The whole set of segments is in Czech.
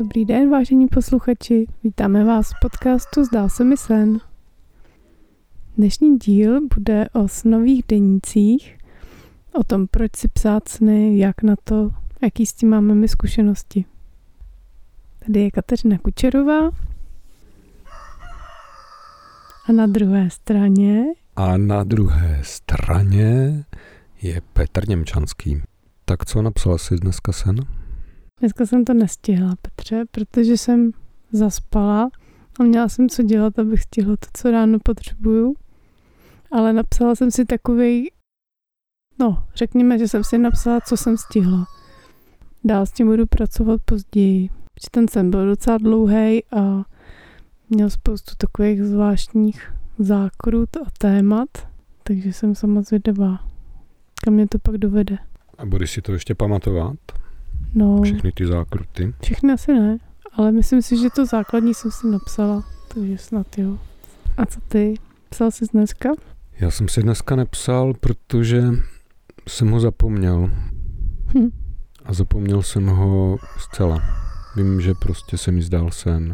Dobrý den, vážení posluchači, vítáme vás v podcastu Zdál se mi sen. Dnešní díl bude o snových denících, o tom, proč si psát sny, jak na to, jaký s tím máme my zkušenosti. Tady je Kateřina Kučerová a na druhé straně je Petr Němčanský. Tak co, napsala jsi dneska sen? Dneska jsem to nestihla, Petře, protože jsem zaspala a měla jsem co dělat, abych stihla to, co ráno potřebuju. Ale napsala jsem si řekněme, že jsem si napsala, co jsem stihla. Dál s tím budu pracovat později. Ten sen byl docela dlouhý a měl spoustu takových zvláštních zákrut a témat, takže jsem sama zvědavá, kam mě to pak dovede. A budeš si to ještě pamatovat? No. Všechny ty zákruty? Všechny asi ne, ale myslím si, že to základní jsem si napsala, takže snad jo. A co ty? Psal jsi dneska? Já jsem si dneska nepsal, protože jsem ho zapomněl. A zapomněl jsem ho zcela. Vím, že prostě se mi zdál sen.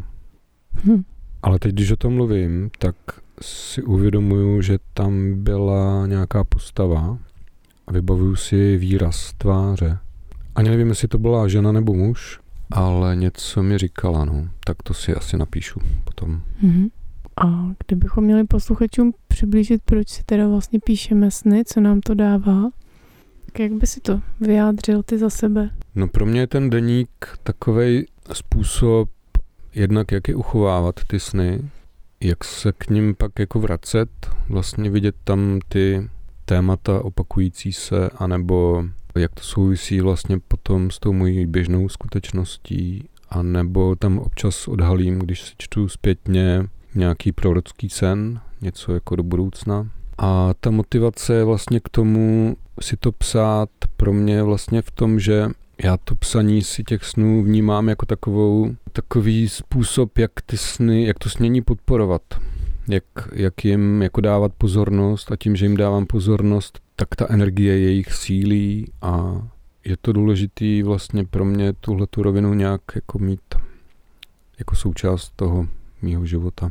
Ale teď, když o tom mluvím, tak si uvědomuju, že tam byla nějaká postava a vybavuju si výraz tváře. Ani nevím, jestli to byla žena nebo muž, ale něco mi říkala, no. Tak to si asi napíšu potom. A kdybychom měli posluchačům přiblížit, proč si teda vlastně píšeme sny, co nám to dává, tak jak by si to vyjádřil ty za sebe? No pro mě je ten deník takovej způsob, jednak jak je uchovávat ty sny, jak se k ním pak jako vracet, vlastně vidět tam ty témata opakující se, anebo jak to souvisí vlastně potom s tou mojí běžnou skutečností, anebo tam občas odhalím, když si čtu zpětně nějaký prorocký sen, něco jako do budoucna. A ta motivace je vlastně k tomu si to psát pro mě vlastně v tom, že já to psaní si těch snů vnímám jako takový způsob, jak ty sny, jak to snění podporovat. Jak jim jako dávat pozornost a tím, že jim dávám pozornost, tak ta energie jejich sílí a je to důležitý vlastně pro mě tuhletu rovinu nějak jako mít jako součást toho mýho života.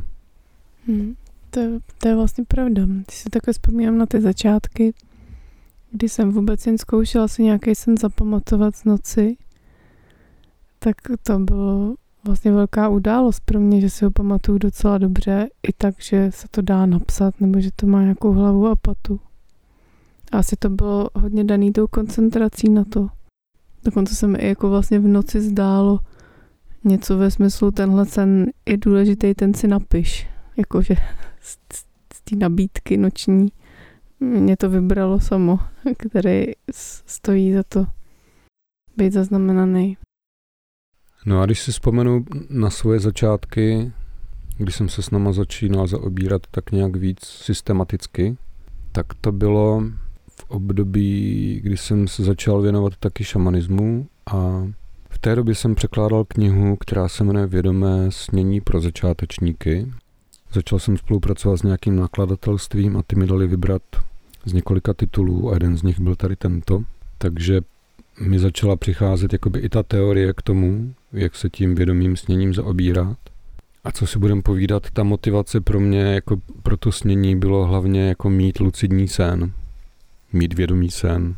To je vlastně pravda. Když si takhle vzpomínám na ty začátky, kdy jsem vůbec jen zkoušela si nějaký sen zapamatovat z noci, tak to bylo vlastně velká událost pro mě, že si ho pamatuju docela dobře, i tak, že se to dá napsat, nebo že to má nějakou hlavu a patu. A asi to bylo hodně daný tou koncentrací na to. Dokonce se mi i jako vlastně v noci zdálo něco ve smyslu, tenhle sen je důležitý, ten si napiš. Jakože z té nabídky noční mě to vybralo samo, který stojí za to být zaznamenaný. No a když si vzpomenu na svoje začátky, když jsem se s náma začínal zaobírat tak nějak víc systematicky, tak to bylo v období, kdy jsem se začal věnovat taky šamanismu a v té době jsem překládal knihu, která se jmenuje Vědomé snění pro začátečníky. Začal jsem spolupracovat s nějakým nakladatelstvím a ty mi dali vybrat z několika titulů a jeden z nich byl tady tento. Takže mi začala přicházet jakoby i ta teorie k tomu, jak se tím vědomým sněním zaobírat. A co si budem povídat, ta motivace pro mě jako pro to snění bylo hlavně jako mít lucidní sen, mít vědomý sen.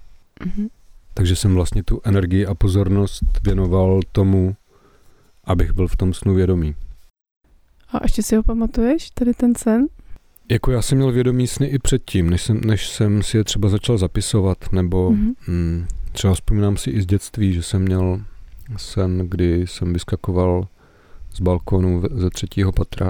Takže jsem vlastně tu energii a pozornost věnoval tomu, abych byl v tom snu vědomý. A ještě si ho pamatuješ, tady ten sen? Jako já jsem měl vědomý sny i předtím, než jsem si je třeba začal zapisovat, nebo třeba vzpomínám si i z dětství, že jsem měl sen, kdy jsem vyskakoval z balkónu ze 3. patra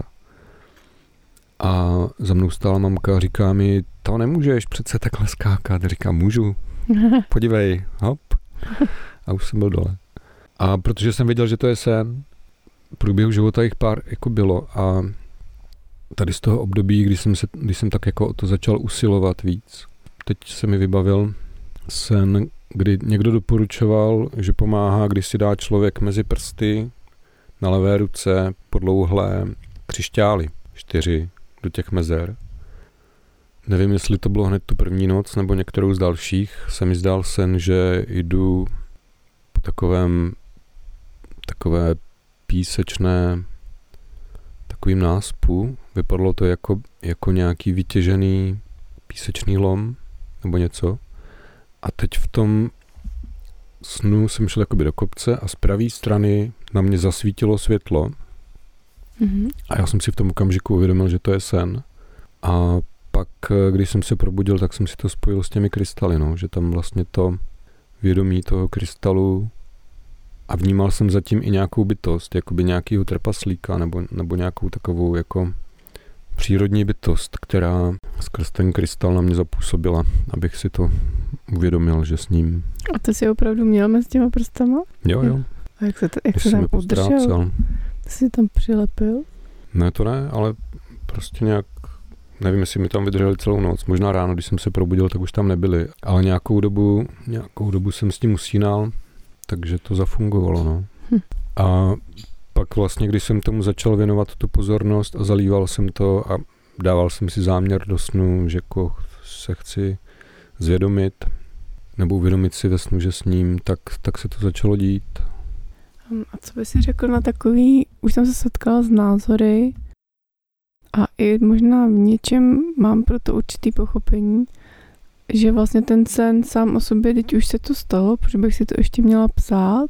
a za mnou stála mamka a říká mi, to nemůžeš přece takhle skákat. Říkám, můžu, podívej, hop. A už jsem byl dole. A protože jsem věděl, že to je sen, v průběhu života jich pár jako bylo a tady z toho období, když jsem tak jako o to začal usilovat víc. Teď se mi vybavil sen, kdy někdo doporučoval, že pomáhá, když si dá člověk mezi prsty na levé ruce podlouhlé křišťály, 4 do těch mezer. Nevím, jestli to bylo hned tu první noc, nebo některou z dalších. Se mi zdál sen, že jdu po takové písečné takovým náspu. Vypadalo to jako nějaký vytěžený písečný lom nebo něco. A teď v tom snu jsem šel jakoby do kopce a z pravé strany na mě zasvítilo světlo. Mm-hmm. A já jsem si v tom okamžiku uvědomil, že to je sen. A pak, když jsem se probudil, tak jsem si to spojil s těmi krystaly, no, že tam vlastně to vědomí toho krystalu a vnímal jsem zatím i nějakou bytost, jakoby nějakýho trpaslíka nebo nějakou takovou jako přírodní bytost, která skrz ten krystal na mě zapůsobila, abych si to uvědomil, že s ním. A to jsi opravdu měl mezi těma prstama? Jo. A jak se tam udržel? Jsi tam přilepil? Ne, to ne, ale prostě nějak, nevím, jestli mi tam vydrželi celou noc. Možná ráno, když jsem se probudil, tak už tam nebyli. Ale nějakou dobu jsem s tím usínal, takže to zafungovalo, no. A pak vlastně, když jsem tomu začal věnovat tu pozornost a zalíval jsem to a dával jsem si záměr do snu, že jako se chci zvědomit, nebo uvědomit si ve snu, že s ním, tak se to začalo dít. A co by si řekl na takový, už jsem se setkala s názory a i možná v něčem mám pro to určitý pochopení, že vlastně ten sen sám o sobě, teď už se to stalo, protože bych si to ještě měla psát,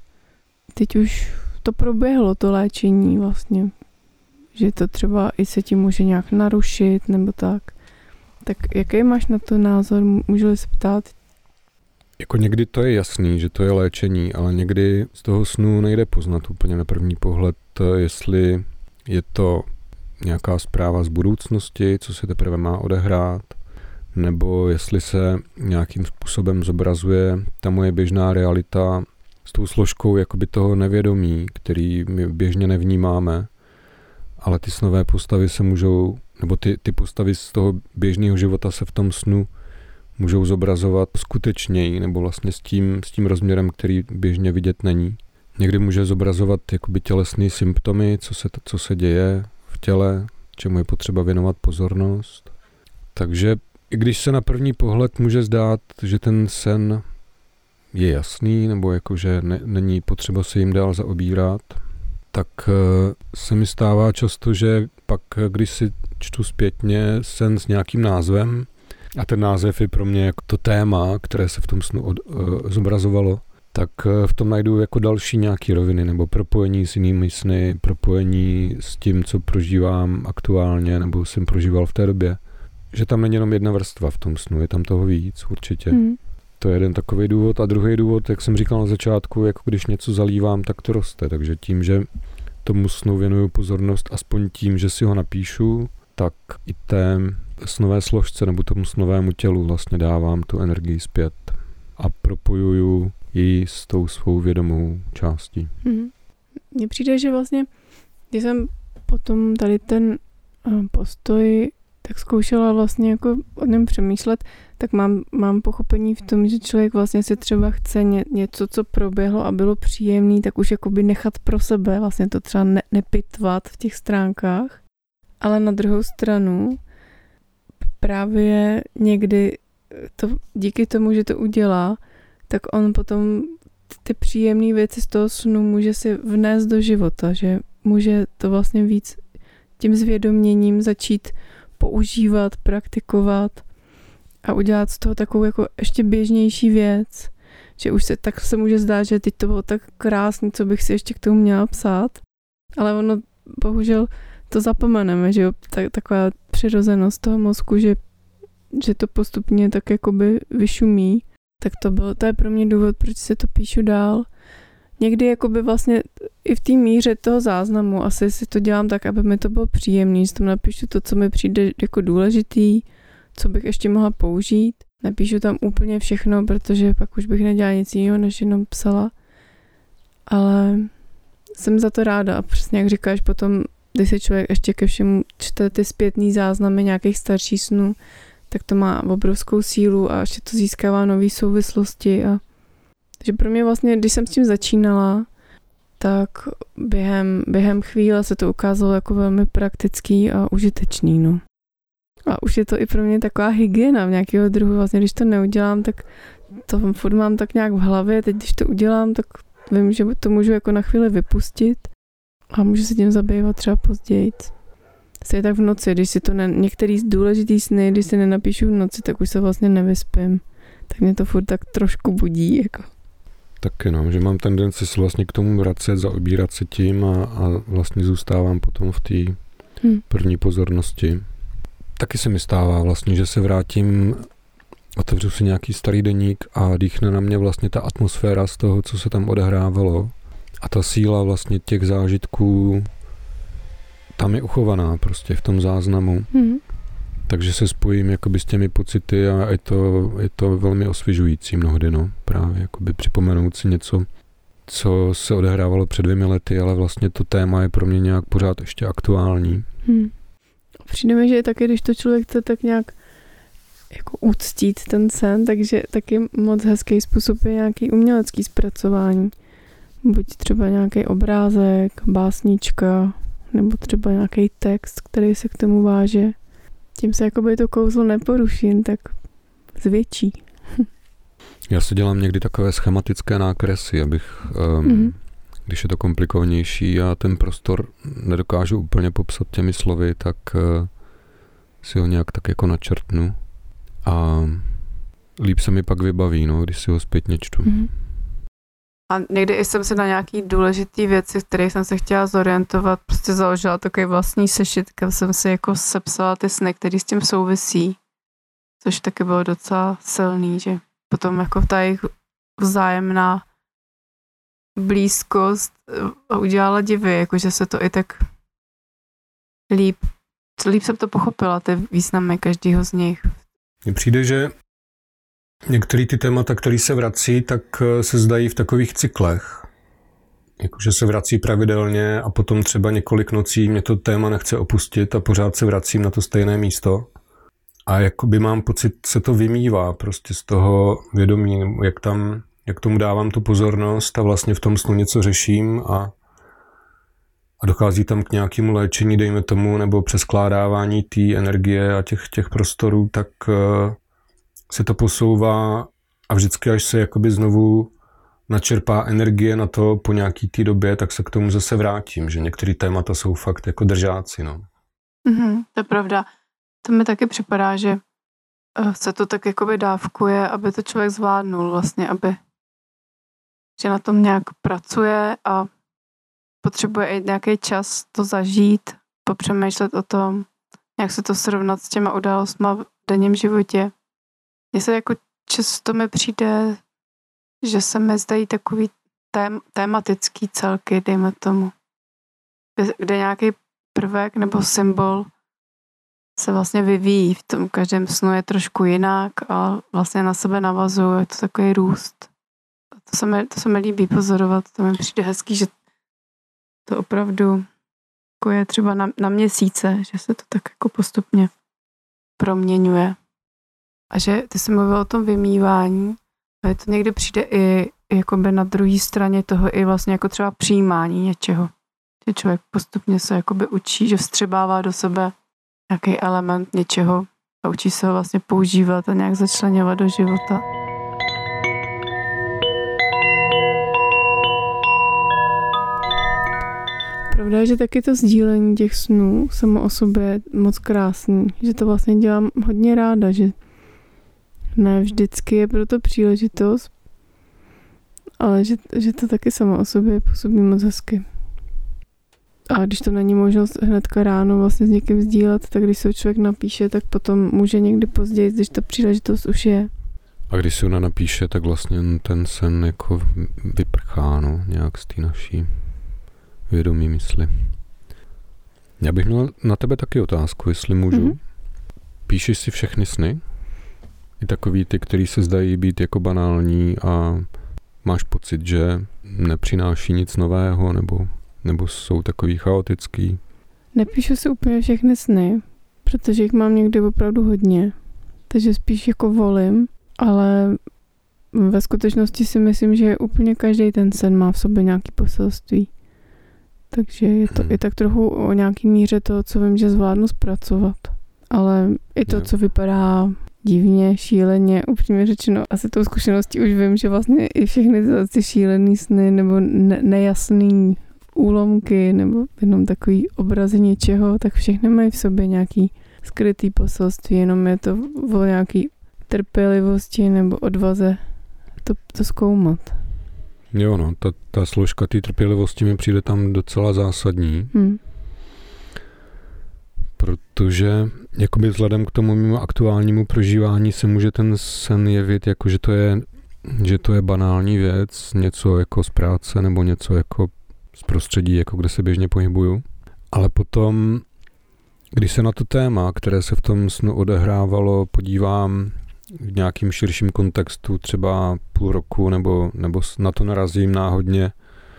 teď už to proběhlo, to léčení vlastně, že to třeba i se tím může nějak narušit nebo tak. Tak jaký máš na to názor, můžu se ptát? Jako někdy to je jasný, že to je léčení, ale někdy z toho snu nejde poznat úplně na první pohled, jestli je to nějaká zpráva z budoucnosti, co se teprve má odehrát, nebo jestli se nějakým způsobem zobrazuje ta moje běžná realita s tou složkou jakoby toho nevědomí, který my běžně nevnímáme, ale ty snové postavy se můžou, nebo ty postavy z toho běžného života se v tom snu můžou zobrazovat skutečněji, nebo vlastně s tím rozměrem, který běžně vidět není. Někdy může zobrazovat jakoby tělesné symptomy, co se děje v těle, čemu je potřeba věnovat pozornost. Takže i když se na první pohled může zdát, že ten sen je jasný, nebo jakože není potřeba se jim dál zaobírat, tak se mi stává často, že pak, když si čtu zpětně sen s nějakým názvem, a ten název je pro mě jako to téma, které se v tom snu zobrazovalo, tak v tom najdu jako další nějaký roviny, nebo propojení s jinými sny, propojení s tím, co prožívám aktuálně, nebo jsem prožíval v té době. Že tam není jenom jedna vrstva v tom snu, je tam toho víc určitě. To je jeden takový důvod. A druhý důvod, jak jsem říkal na začátku, jako když něco zalívám, tak to roste. Takže tím, že tomu snu věnuju pozornost, aspoň tím, že si ho napíšu, tak i té snové složce nebo tomu snovému tělu vlastně dávám tu energii zpět a propojuju ji s tou svou vědomou částí. Mně přijde, že vlastně, když jsem potom tady ten postoj tak zkoušela vlastně jako o něm přemýšlet, tak mám pochopení v tom, že člověk vlastně si třeba chce něco, co proběhlo a bylo příjemný, tak už jakoby nechat pro sebe, vlastně to třeba nepitvat v těch stránkách. Ale na druhou stranu právě někdy to, díky tomu, že to udělá, tak on potom ty příjemné věci z toho snu může si vnést do života, že může to vlastně víc tím zvědoměním začít používat, praktikovat a udělat z toho takovou jako ještě běžnější věc, že už se může zdát, že teď to bylo tak krásné, co bych si ještě k tomu měla psát, ale ono bohužel to zapomeneme, že jo, taková přirozenost toho mozku, že to postupně tak jakoby vyšumí, tak to je pro mě důvod, proč se to píšu dál. Někdy jakoby vlastně i v té míře toho záznamu asi si to dělám tak, aby mi to bylo příjemný, že tam napíšu to, co mi přijde jako důležitý, co bych ještě mohla použít. Napíšu tam úplně všechno, protože pak už bych nedělala nic jiného, než jenom psala. Ale jsem za to ráda a přesně jak říkáš, potom, když se člověk ještě ke všemu čte ty zpětný záznamy nějakých starších snů, tak to má obrovskou sílu a ještě to získává nové souvislosti. Takže pro mě vlastně, když jsem s tím začínala, tak během chvíle se to ukázalo jako velmi praktický a užitečný. No. A už je to i pro mě taková hygiena v nějakého druhu. Vlastně, když to neudělám, tak to furt mám tak nějak v hlavě. Teď, když to udělám, tak vím, že to můžu jako na chvíli vypustit A můžu se tím zabývat třeba později. Stejně tak v noci, když si to některý důležitý sny, když si nenapíšu v noci, tak už se vlastně nevyspím. Tak mě to furt tak trošku budí, jako. Taky no, že mám tendenci se vlastně k tomu vracet, zaobírat se tím a vlastně zůstávám potom v té první pozornosti. Taky se mi stává vlastně, že se vrátím, otevřu si nějaký starý deník a dýchne na mě vlastně ta atmosféra z toho, co se tam odehrávalo. A ta síla vlastně těch zážitků tam je uchovaná prostě v tom záznamu. Takže se spojím jakoby s těmi pocity a je to velmi osvěžující mnohdy, no. Právě jakoby připomenout si něco, co se odehrávalo před 2 lety, ale vlastně to téma je pro mě nějak pořád ještě aktuální. Přijde mi, že je taky, když to člověk chce tak nějak jako uctít ten sen, takže taky moc hezký způsob je nějaký umělecký zpracování. Buď třeba nějaký obrázek, básnička, nebo třeba nějaký text, který se k tomu váže. Tím se jakoby to kouzlo neporuší, tak zvětší. Já si dělám někdy takové schematické nákresy, abych, když je to komplikovanější a ten prostor nedokážu úplně popsat těmi slovy, tak si ho nějak tak jako načrtnu a líp se mi pak vybaví, no, když si ho zpětně čtu. A někdy jsem se na nějaký důležitý věci, v kterých jsem se chtěla zorientovat, prostě založila takový vlastní sešit, kam jsem si jako sepsala ty sny, které s tím souvisí, což taky bylo docela silný, že potom jako ta jejich vzájemná blízkost udělala divy, jakože se to i tak líp jsem to pochopila, ty významy každého z nich. Mně přijde, že některé ty témata, které se vrací, tak se zdají v takových cyklech. Jakože se vrací pravidelně a potom třeba několik nocí mě to téma nechce opustit a pořád se vracím na to stejné místo. A jakoby mám pocit, se to vymývá prostě z toho vědomí, jak tomu dávám tu pozornost a vlastně v tom snu něco řeším a dochází tam k nějakému léčení, dejme tomu, nebo přeskládávání té energie a těch prostorů, tak se to posouvá a vždycky, až se jakoby znovu načerpá energie na to po nějaký té době, tak se k tomu zase vrátím, že některé témata jsou fakt jako držáci, no. To je pravda. To mi taky připadá, že se to tak jakoby dávkuje, aby to člověk zvládnul vlastně, že na tom nějak pracuje a potřebuje i nějaký čas to zažít, popřemýšlet o tom, jak se to srovnat s těma událostma v denním životě. Mně se jako často mi přijde, že se mi zdají takový tématický celky, dejme tomu, kde nějaký prvek nebo symbol se vlastně vyvíjí. V tom každém snu je trošku jinak a vlastně na sebe navazuje, je to takový růst. To se mi líbí pozorovat, to mi přijde hezký, že to opravdu jako je třeba na měsíce, že se to tak jako postupně proměňuje. A že ty jsi mluvil o tom vymývání, a to někdy přijde i jakoby na druhé straně toho i vlastně jako třeba přijímání něčeho. Že člověk postupně se jakoby učí, že vstřebává do sebe nějaký element něčeho a učí se ho vlastně používat a nějak začleňovat do života. Pravda je, že taky to sdílení těch snů samo o sobě je moc krásný, že to vlastně dělám hodně ráda, že ne vždycky je pro to příležitost, ale že to taky samo o sobě působí moc hezky. A když to není možnost hnedka ráno vlastně s někým sdílet, tak když se ho člověk napíše, tak potom může někdy později, když ta příležitost už je. A když si ho napíše, tak vlastně ten sen jako vyprchá, no, nějak z té naší vědomí mysli. Já bych měl na tebe taky otázku, jestli můžu. Píšeš si všechny sny? I takový ty, který se zdají být jako banální a máš pocit, že nepřináší nic nového, nebo jsou takový chaotický? Nepíšu si úplně všechny sny, protože jich mám někdy opravdu hodně. Takže spíš jako volím, ale ve skutečnosti si myslím, že úplně každý ten sen má v sobě nějaký poselství. Takže je to i tak trochu o nějaký míře toho, co vím, že zvládnu zpracovat. Ale i to, co vypadá divně, šíleně, upřímně řečeno, asi tou zkušeností už vím, že vlastně i všechny ty šílený sny nebo nejasný úlomky nebo jenom takový obrazy něčeho, tak všechny mají v sobě nějaký skrytý poselství, jenom je to o nějaký trpělivosti nebo odvaze to zkoumat. Jo, no, ta složka té trpělivosti mi přijde tam docela zásadní. Protože jakoby vzhledem k tomu mimo aktuálnímu prožívání se může ten sen jevit jako, že to je banální věc, něco jako z práce nebo něco jako z prostředí, jako kde se běžně pohybuju. Ale potom, když se na to téma, které se v tom snu odehrávalo, podívám v nějakým širším kontextu, třeba půl roku, nebo na to narazím náhodně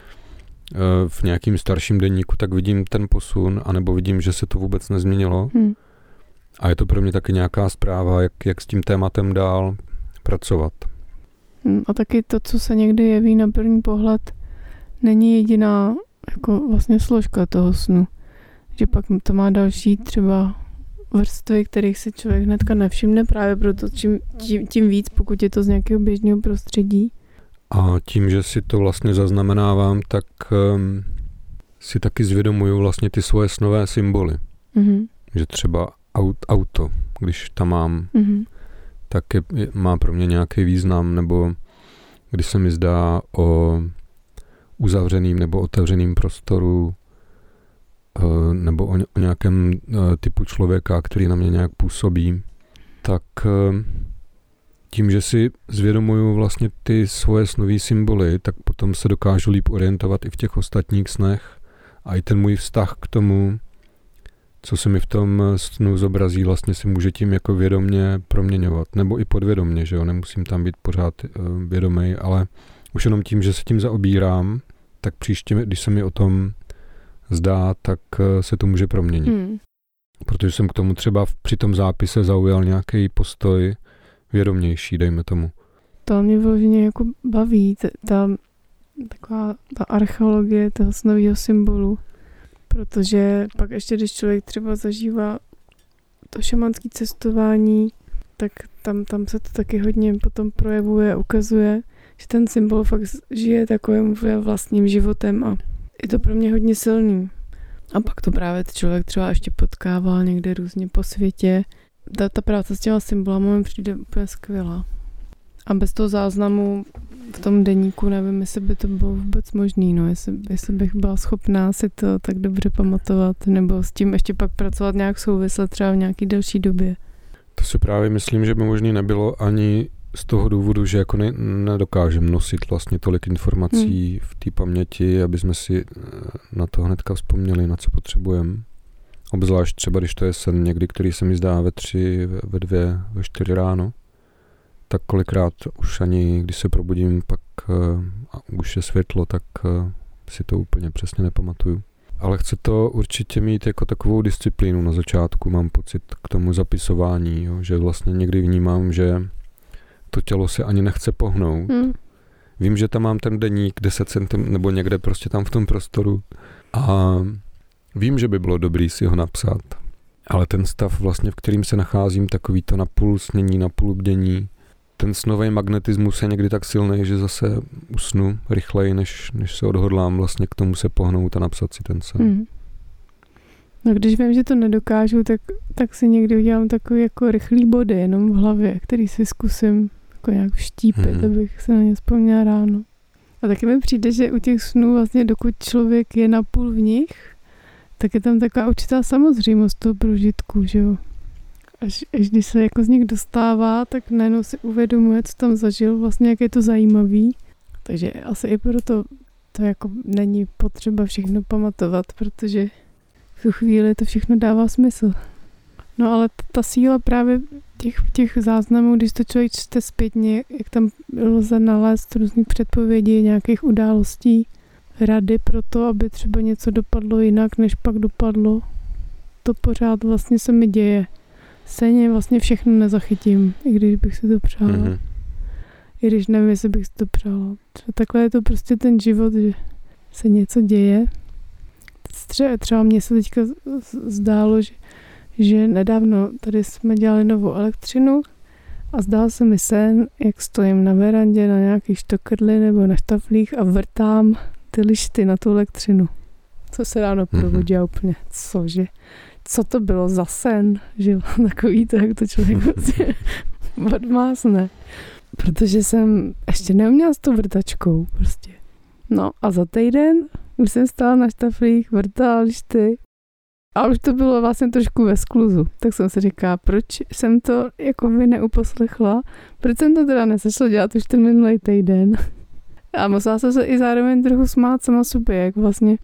v nějakým starším deníku, tak vidím ten posun, anebo vidím, že se to vůbec nezměnilo. A je to pro mě taky nějaká zpráva, jak s tím tématem dál pracovat. A taky to, co se někdy jeví na první pohled, není jediná jako vlastně složka toho snu. Že pak to má další třeba vrstvy, kterých si člověk hnedka nevšimne, právě proto tím víc, pokud je to z nějakého běžného prostředí. A tím, že si to vlastně zaznamenávám, tak si taky zvědomuju vlastně ty svoje snové symboly. Že třeba auto, když tam mám, tak má pro mě nějaký význam, nebo když se mi zdá o uzavřeným nebo otevřeným prostoru, nebo o nějakém typu člověka, který na mě nějak působí, tak tím, že si zvědomuju vlastně ty svoje snové symboly, tak potom se dokážu líp orientovat i v těch ostatních snech a i ten můj vztah k tomu, co se mi v tom snu zobrazí, vlastně si může tím jako vědomně proměňovat, nebo i podvědomně, že jo, nemusím tam být pořád vědomý, ale už jenom tím, že se tím zaobírám, tak příště, když se mi o tom zdá, tak se to může proměnit. Protože jsem k tomu třeba při tom zápise zaujal nějaký postoj vědomější, dejme tomu. To mě vyloženě jako baví, ta archeologie toho snového symbolu, protože pak ještě, když člověk třeba zažívá to šamanské cestování, tak tam se to taky hodně potom projevuje, ukazuje, že ten symbol fakt žije takovým vlastním životem a je to pro mě hodně silný. A pak to právě člověk třeba ještě potkával někde různě po světě. Ta práce s těma symbolama mi přijde úplně skvělá. A bez toho záznamu v tom deníku nevím, jestli by to bylo vůbec možný, no, jestli bych byla schopná si to tak dobře pamatovat, nebo s tím ještě pak pracovat nějak souvisle třeba v nějaký delší době. To si právě myslím, že by možný nebylo ani z toho důvodu, že jako nedokážeme nosit vlastně tolik informací v té paměti, aby jsme si na to hnedka vzpomněli, na co potřebujeme. Obzvlášť třeba, když to je sen někdy, který se mi zdá ve 3, ve 2, ve 4 ráno, tak kolikrát už ani, když se probudím, pak už je světlo, tak si to úplně přesně nepamatuju. Ale chce to určitě mít jako takovou disciplínu na začátku, mám pocit k tomu zapisování, jo, že vlastně někdy vnímám, že to tělo se ani nechce pohnout. Vím, že tam mám ten deník 10 cm nebo někde prostě tam v tom prostoru a vím, že by bylo dobrý si ho napsat, ale ten stav vlastně, v kterým se nacházím, takový to napůl snění, napůl bdění, ten snový magnetismus je někdy tak silný, že zase usnu rychleji, než se odhodlám vlastně k tomu se pohnout a napsat si ten sen. No když vím, že to nedokážu, tak si někdy udělám takový jako rychlý body jenom v hlavě, který si zkusím jako nějak vštípit, abych se na ně vzpomněla ráno. A taky mi přijde, že u těch snů vlastně dokud člověk je napůl v nich, tak je tam taková určitá samozřejmost toho prožitku, že jo. Až když se jako z nich dostává, tak najednou si uvědomuje, co tam zažil, vlastně jak je to zajímavý. Takže asi i proto to jako není potřeba všechno pamatovat, protože v tu chvíli to všechno dává smysl. No ale ta síla právě těch záznamů, když to člověk čte zpětně, jak tam lze nalézt různý předpovědi nějakých událostí, rady pro to, aby třeba něco dopadlo jinak, než pak dopadlo. To pořád vlastně se mi děje. Stejně vlastně všechno nezachytím, i když bych si to přála. I když nevím, jestli bych si to přála. Takhle je to prostě ten život, že se něco děje. Třeba mně se teďka zdálo, že nedávno tady jsme dělali novou elektřinu a zdál se mi sen, jak stojím na verandě na nějakých štokrli nebo na štaflích a vrtám ty lišty na tu elektřinu. Co se ráno probudila úplně, cože? Co to bylo za sen? Že takový to, jak to člověk vlastně odmásne. Protože jsem ještě neuměla s tou vrtačkou prostě. No a za týden už jsem stála na štaflích, vrtala lišty a už to bylo vlastně trošku ve skluzu. Tak jsem si říkala, proč jsem to jako by neuposlechla, proč jsem to teda nesešla dělat už ten minulý týden. A musela jsem se i zároveň trochu smát sama sobě, jak vlastně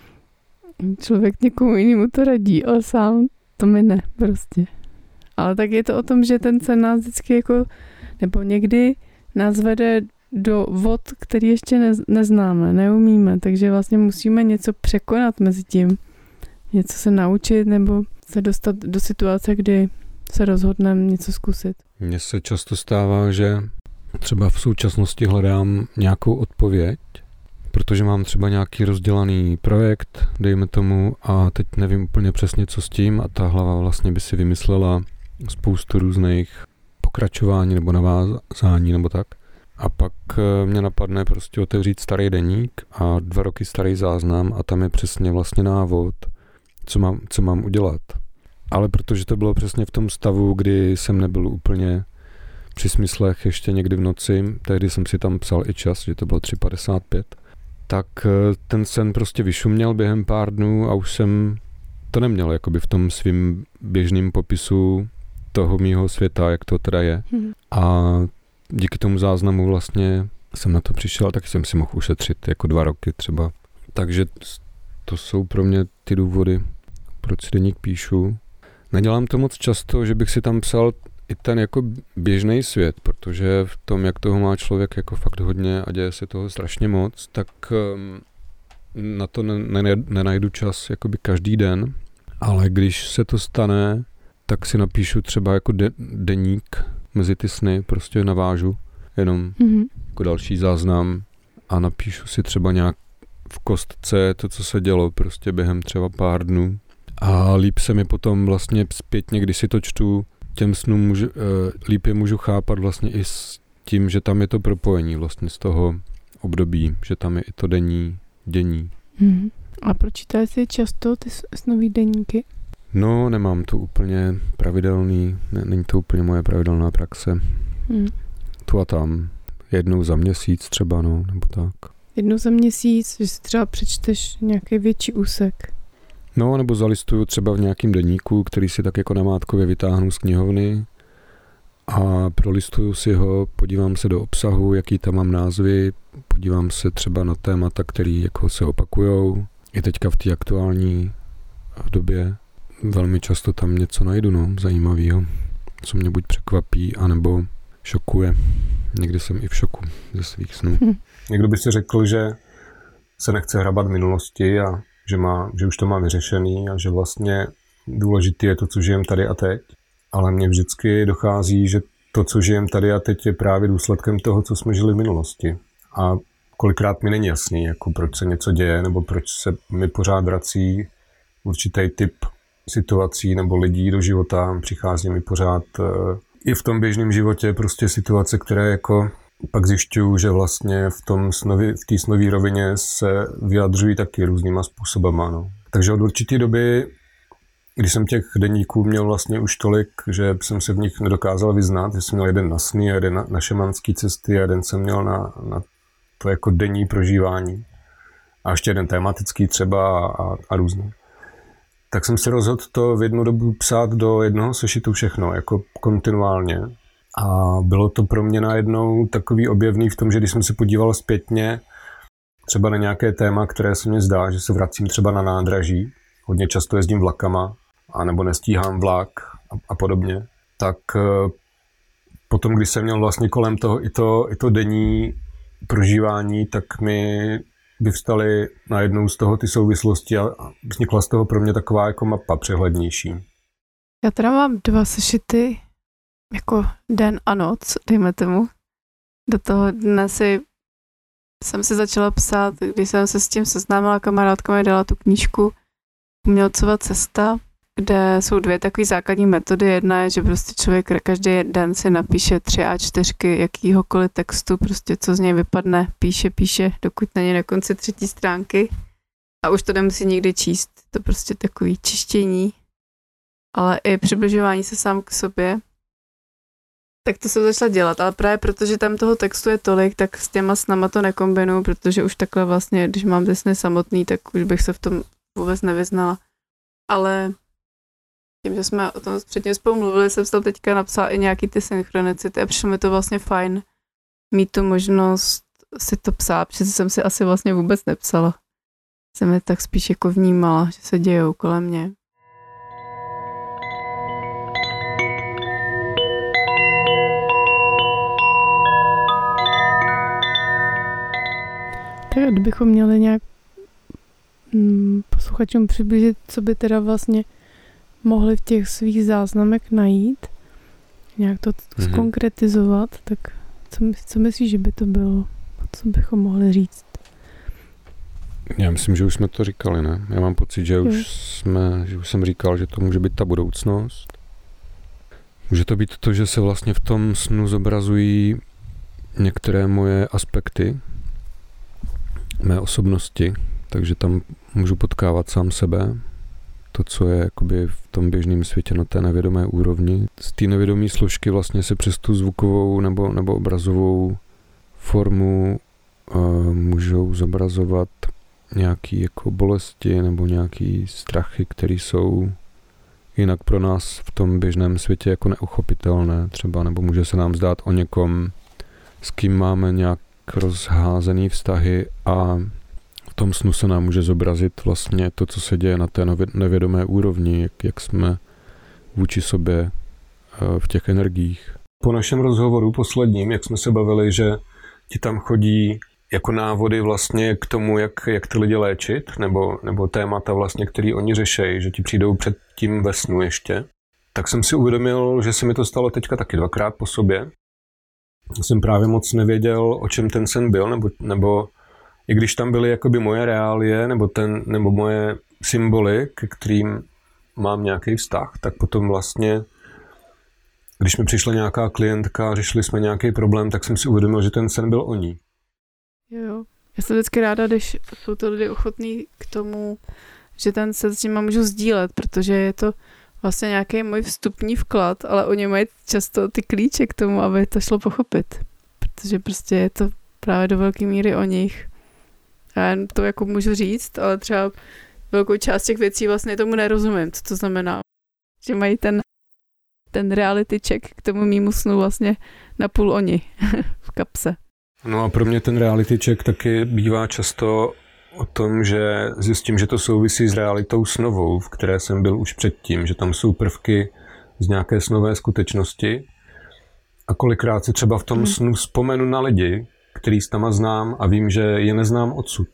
člověk někomu jinému to radí, ale sám to mi ne prostě. Ale tak je to o tom, že ten sen nás vždycky jako, nebo někdy nás vede do vod, který ještě neznáme, neumíme, takže vlastně musíme něco překonat mezi tím, něco se naučit nebo se dostat do situace, kdy se rozhodneme něco zkusit. Mně se často stává, že třeba v současnosti hledám nějakou odpověď, protože mám třeba nějaký rozdělaný projekt, dejme tomu, a teď nevím úplně přesně, co s tím a ta hlava vlastně by si vymyslela spoustu různých pokračování nebo navázání nebo tak. A pak mě napadne prostě otevřít starý deník a 2 roky starý záznam a tam je přesně vlastně návod, co mám udělat. Ale protože to bylo přesně v tom stavu, kdy jsem nebyl úplně při smyslech ještě někdy v noci, tehdy jsem si tam psal i čas, že to bylo 3:55, tak ten sen prostě vyšuměl během pár dnů a už jsem to neměl jakoby v tom svým běžným popisu toho mýho světa, jak to teda je. A díky tomu záznamu vlastně jsem na to přišel, tak jsem si mohl ušetřit jako 2 roky třeba. Takže to jsou pro mě ty důvody, proč si deník píšu. Nedělám to moc často, že bych si tam psal i ten jako běžný svět, protože v tom, jak toho má člověk jako fakt hodně a děje se toho strašně moc, tak na to nenajdu čas jakoby každý den, ale když se to stane, tak si napíšu třeba jako deník mezi ty sny, prostě navážu jenom jako další záznam a napíšu si třeba nějak v kostce to, co se dělo prostě během třeba pár dnů. A líp se mi potom vlastně zpětně, když si to čtu, těm snům líp je můžu chápat vlastně i s tím, že tam je to propojení vlastně z toho období, že tam je i to dění. A pročítáš si často ty snový deníky? No, nemám to úplně pravidelný, není to úplně moje pravidelná praxe. Tu a tam, 1 za měsíc třeba, no, nebo tak. 1 za měsíc, že si třeba přečteš nějaký větší úsek. No, nebo zalistuju třeba v nějakým deníku, který si tak jako namátkově vytáhnu z knihovny a prolistuju si ho, podívám se do obsahu, jaký tam mám názvy, podívám se třeba na témata, který jako se opakujou. I teďka v té aktuální době velmi často tam něco najdu, no, zajímavého, co mě buď překvapí, anebo šokuje. Někdy jsem i v šoku ze svých snů. Někdo by si řekl, že se nechce hrabat v minulosti a že už to má vyřešený a že vlastně důležité je to, co žijem tady a teď. Ale mně vždycky dochází, že to, co žijem tady a teď, je právě důsledkem toho, co jsme žili v minulosti. A kolikrát mi není jasný, jako proč se něco děje, nebo proč se mi pořád vrací určitý typ situací nebo lidí do života. Přichází mi pořád i v tom běžném životě prostě situace, které jako pak zjišťuju, že vlastně v té snové rovině se vyjadřují taky různýma způsobama. No. Takže od určité doby, když jsem těch deníků měl vlastně už tolik, že jsem se v nich nedokázal vyznat, že jsem měl jeden na sny, jeden na šamanské cesty, jeden jsem měl na to jako denní prožívání. A ještě jeden tematický třeba a různý. Tak jsem se rozhodl to v jednu dobu psát do jednoho sešitu všechno, jako kontinuálně. A bylo to pro mě najednou takový objevný v tom, že když jsem se podíval zpětně třeba na nějaké téma, které se mně zdá, že se vracím třeba na nádraží, hodně často jezdím vlakama, anebo nestíhám vlak a podobně, tak potom, když jsem měl vlastně kolem toho i to denní prožívání, tak mi vyvstaly najednou z toho ty souvislosti a vznikla z toho pro mě taková jako mapa přehlednější. Já teda mám 2 sešity, jako den a noc, dejme tomu. Do toho dne jsem si začala psát, když jsem se s tím seznámila, kamarádka mi dala tu knížku Umělcova cesta, kde jsou 2 takové základní metody. Jedna je, že prostě člověk každý den si napíše 3 A4 jakýhokoliv textu, prostě co z něj vypadne, píše, dokud není na konci 3. stránky. A už to nemusí nikdy číst, to prostě takový čištění, ale i přibližování se sám k sobě. Tak to jsem začala dělat, ale právě protože tam toho textu je tolik, tak s těma snama to nekombinuju, protože už takhle vlastně, když mám ty sny samotný, tak už bych se v tom vůbec nevyznala. Ale tím, že jsme o tom předtím spolu mluvili, jsem tam teďka napsala i nějaký ty synchronicity a přišlo mi to vlastně fajn mít tu možnost si to psát, protože jsem si asi vlastně vůbec nepsala. Jsem je tak spíš jako vnímala, že se dějou kolem mě. Tak kdybychom měli nějak posluchačům přiblížit, co by teda vlastně mohli v těch svých záznamech najít, nějak to zkonkretizovat, tak co myslíš, že by to bylo? Co bychom mohli říct? Já myslím, že už jsme to říkali, ne? Já mám pocit, že už jsem říkal, že to může být ta budoucnost. Může to být to, že se vlastně v tom snu zobrazují některé moje aspekty mé osobnosti, takže tam můžu potkávat sám sebe, to, co je jakoby v tom běžném světě na té nevědomé úrovni. Z té nevědomé složky vlastně se přes tu zvukovou nebo obrazovou formu můžou zobrazovat nějaké jako bolesti nebo nějaké strachy, které jsou jinak pro nás v tom běžném světě jako neuchopitelné třeba, nebo může se nám zdát o někom, s kým máme nějak rozházený vztahy a v tom snu se nám může zobrazit vlastně to, co se děje na té nevědomé úrovni, jak jsme vůči sobě v těch energiích. Po našem rozhovoru posledním, jak jsme se bavili, že ti tam chodí jako návody vlastně k tomu, jak ty lidi léčit, nebo témata vlastně, který oni řešejí, že ti přijdou před tím ve snu ještě, tak jsem si uvědomil, že se mi to stalo teďka taky 2krát po sobě. Jsem právě moc nevěděl, o čem ten sen byl, nebo i když tam byly jakoby moje reálie, nebo moje symboly, ke kterým mám nějaký vztah, tak potom vlastně, když mi přišla nějaká klientka, řešili jsme nějaký problém, tak jsem si uvědomil, že ten sen byl o ní. Jo. Já jsem vždycky ráda, když jsou to lidi ochotní k tomu, že ten sen s nima můžu sdílet, protože je to vlastně nějaký můj vstupní vklad, ale oni mají často ty klíče k tomu, aby to šlo pochopit. Protože prostě je to právě do velké míry o nich. A já to jako můžu říct, ale třeba velkou část těch věcí vlastně tomu nerozumím, co to znamená. Že mají ten reality check k tomu mýmu snu vlastně napůl oni v kapse. No a pro mě ten reality check taky bývá často o tom, že zjistím, že to souvisí s realitou snovou, v které jsem byl už předtím, že tam jsou prvky z nějaké snové skutečnosti a kolikrát si třeba v tom snu vzpomenu na lidi, který s tama znám a vím, že je neznám odsud.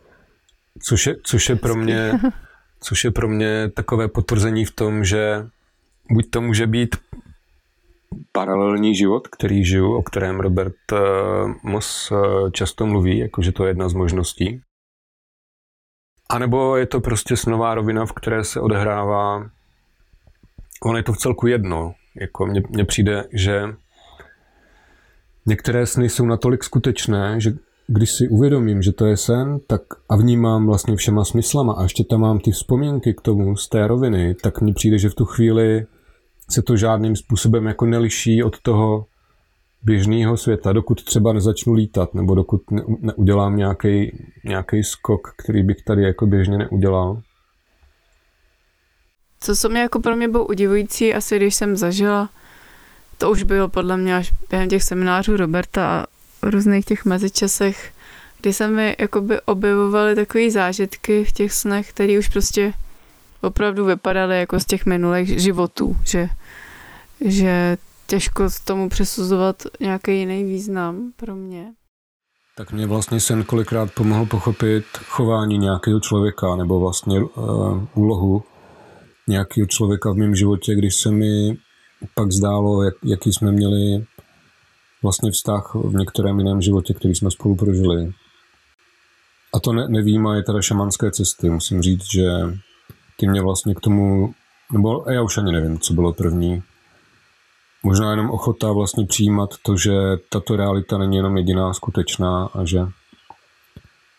Což je pro mě takové potvrzení v tom, že buď to může být paralelní život, který žiju, o kterém Robert Moss často mluví, jakože to je jedna z možností. A nebo je to prostě snová rovina, v které se odehrává, ono je to v celku jedno. Jako mně přijde, že některé sny jsou natolik skutečné, že když si uvědomím, že to je sen, tak a vnímám vlastně všema smyslama a ještě tam mám ty vzpomínky k tomu z té roviny, tak mně přijde, že v tu chvíli se to žádným způsobem jako neliší od toho běžného světa, dokud třeba nezačnu lítat, nebo dokud neudělám nějaký skok, který bych tady jako běžně neudělal. Co mě jako pro mě bylo udivující, asi když jsem zažila, to už bylo podle mě až během těch seminářů Roberta a různých těch mezičasech, kdy se mi jakoby objevovaly takové zážitky v těch snech, které už prostě opravdu vypadaly jako z těch minulých životů, že těžko z tomu přisuzovat nějaký jiný význam pro mě. Tak mě vlastně sen kolikrát pomohl pochopit chování nějakého člověka nebo vlastně úlohu nějakého člověka v mém životě, když se mi pak zdálo, jaký jsme měli vlastně vztah v některém jiném životě, který jsme spolu prožili. A to nevyjímaje teda šamanské cesty. Musím říct, že ty mě vlastně k tomu, nebo já už ani nevím, co bylo první. Možná jenom ochota vlastně přijímat to, že tato realita není jenom jediná skutečná a že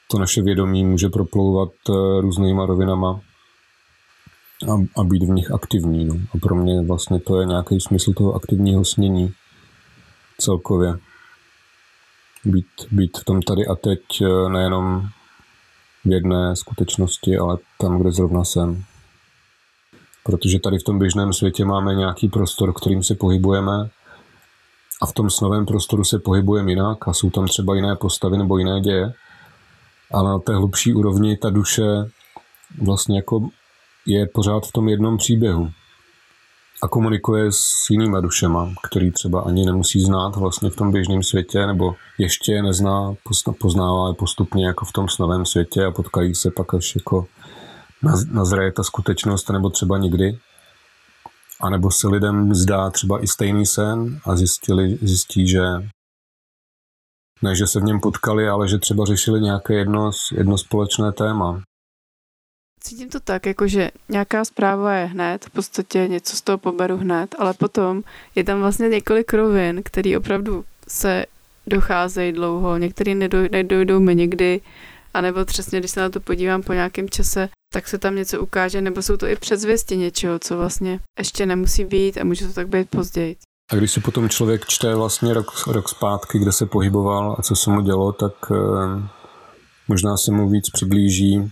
to naše vědomí může proplouvat různýma rovinama a být v nich aktivní. No. A pro mě vlastně to je nějaký smysl toho aktivního snění celkově. Být v tom tady a teď nejenom v jedné skutečnosti, ale tam, kde zrovna jsem. Protože tady v tom běžném světě máme nějaký prostor, kterým se pohybujeme a v tom snovém prostoru se pohybujeme jinak a jsou tam třeba jiné postavy nebo jiné děje. A na té hlubší úrovni ta duše vlastně jako je pořád v tom jednom příběhu a komunikuje s jinýma dušema, který třeba ani nemusí znát vlastně v tom běžném světě, nebo ještě je nezná, poznává je postupně jako v tom snovém světě a potkají se pak, až jako nazraje ta skutečnost, nebo třeba nikdy. A nebo se lidem zdá třeba i stejný sen a zjistí, že ne, že se v něm potkali, ale že třeba řešili nějaké jedno společné téma. Cítím to tak, jakože nějaká zpráva je hned, v podstatě něco z toho poberu hned, ale potom je tam vlastně několik rovin, který opravdu se docházejí dlouho, některý nedojdou mi někdy, anebo přesně, když se na to podívám po nějakém čase, tak se tam něco ukáže, nebo jsou to i předzvěsti něčeho, co vlastně ještě nemusí být a může to tak být později. A když si potom člověk čte vlastně rok zpátky, kde se pohyboval a co se mu dělo, tak možná se mu víc přiblíží,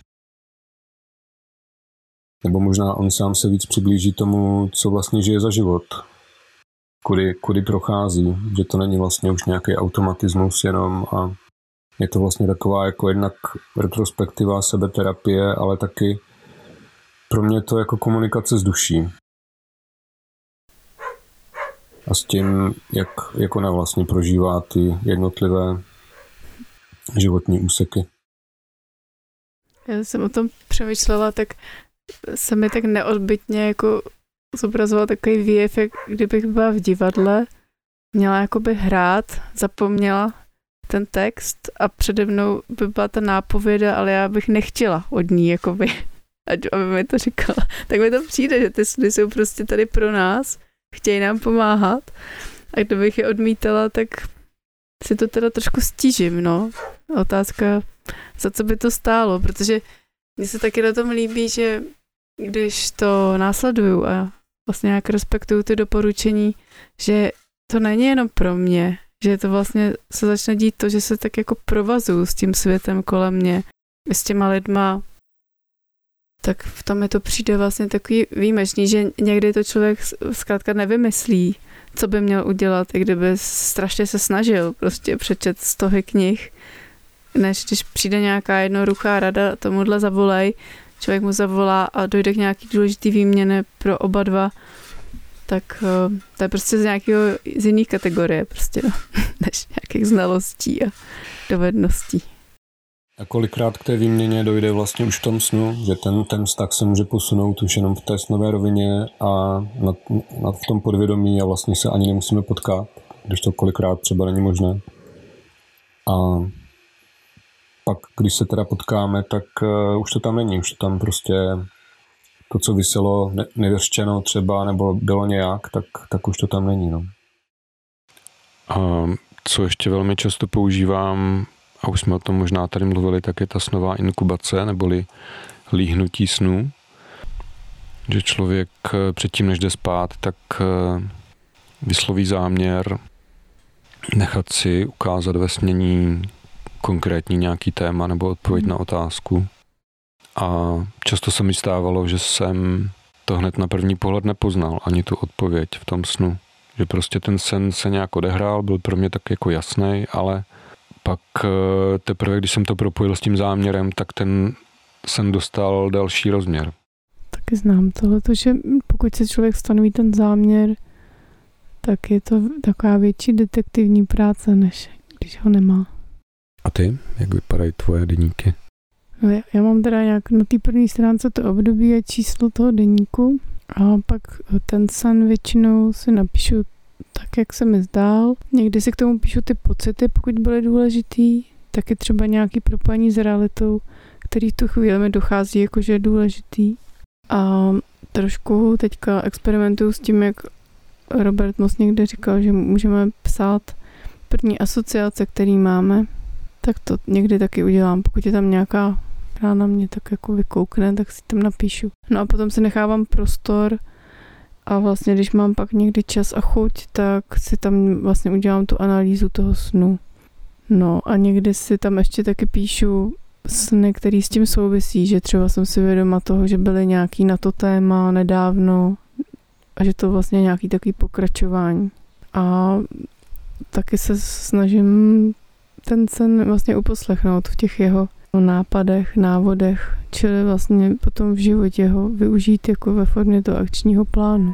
nebo možná on sám se víc přiblíží tomu, co vlastně žije za život, kudy prochází, že to není vlastně už nějaký automatismus jenom a je to vlastně taková jako jednak retrospektiva sebeterapie, ale taky pro mě to jako komunikace s duší. A s tím, jak ona vlastně prožívá ty jednotlivé životní úseky. Já jsem o tom přemýšlela, tak se mi tak neodbytně jako zobrazoval takový výjev, jak kdybych byla v divadle, měla jakoby hrát, zapomněla ten text a přede mnou by byla ta nápověda, ale já bych nechtěla od ní, jakoby, aby mi to říkala. Tak mi to přijde, že ty sny jsou prostě tady pro nás, chtějí nám pomáhat a kdybych je odmítala, tak si to teda trošku stížím, no. Otázka, za co by to stálo, protože mně se taky na tom líbí, že když to následuju a vlastně nějak respektuju ty doporučení, že to není jenom pro mě, že to vlastně se začne dít to, že se tak jako provazuju s tím světem kolem mě, s těma lidma, tak v tom mi to přijde vlastně takový výjimečný, že někdy to člověk zkrátka nevymyslí, co by měl udělat, i kdyby strašně se snažil prostě přečet 100 knih, než když přijde nějaká jednoduchá rada, tomuhle zavolej, člověk mu zavolá a dojde k nějaký důležitý výměně pro oba dva, tak to je prostě z jiných kategorie prostě, no, než nějakých znalostí a dovedností. A kolikrát k té výměně dojde vlastně už v tom snu, že ten vztah se může posunout už jenom v té snové rovině a v tom podvědomí a vlastně se ani nemusíme potkat, když to kolikrát třeba není možné. A pak, když se teda potkáme, tak už to tam není, už to tam prostě to, co viselo nevyřčeno třeba, nebo bylo nějak, tak už to tam není. No. A co ještě velmi často používám, a už jsme o tom možná tady mluvili, tak je ta snová inkubace, neboli líhnutí snů. Že člověk předtím, než jde spát, tak vysloví záměr nechat si ukázat ve snění konkrétní nějaký téma nebo odpověď na otázku. A často se mi stávalo, že jsem to hned na první pohled nepoznal, ani tu odpověď v tom snu. Že prostě ten sen se nějak odehrál, byl pro mě tak jako jasný, ale pak teprve, když jsem to propojil s tím záměrem, tak ten sen dostal další rozměr. Taky znám tohleto, že pokud se člověk stanoví ten záměr, tak je to taková větší detektivní práce, než když ho nemá. A ty? Jak vypadají tvoje deníky? No já mám teda nějak na té první stránce to období a číslo toho deníku a pak ten sen většinou si napíšu tak, jak se mi zdál. Někdy si k tomu píšu ty pocity, pokud byly důležitý, taky třeba nějaký propojení s realitou, který v tu chvíli mi dochází, jakože je důležitý. A trošku teďka experimentuju s tím, jak Robert Moss někde říkal, že můžeme psát první asociace, který máme, Tak to někdy taky udělám, pokud je tam nějaká, která na mě tak jako vykoukne, tak si tam napíšu. No a potom si nechávám prostor a vlastně, když mám pak někdy čas a chuť, tak si tam vlastně udělám tu analýzu toho snu. No a někdy si tam ještě taky píšu sny, který s tím souvisí, že třeba jsem si vědoma toho, že byly nějaký na to téma nedávno a že to vlastně nějaký takový pokračování. A taky se snažím ten sen vlastně uposlechnout v těch jeho nápadech, návodech, čili vlastně potom v životě ho využít jako ve formě toho akčního plánu.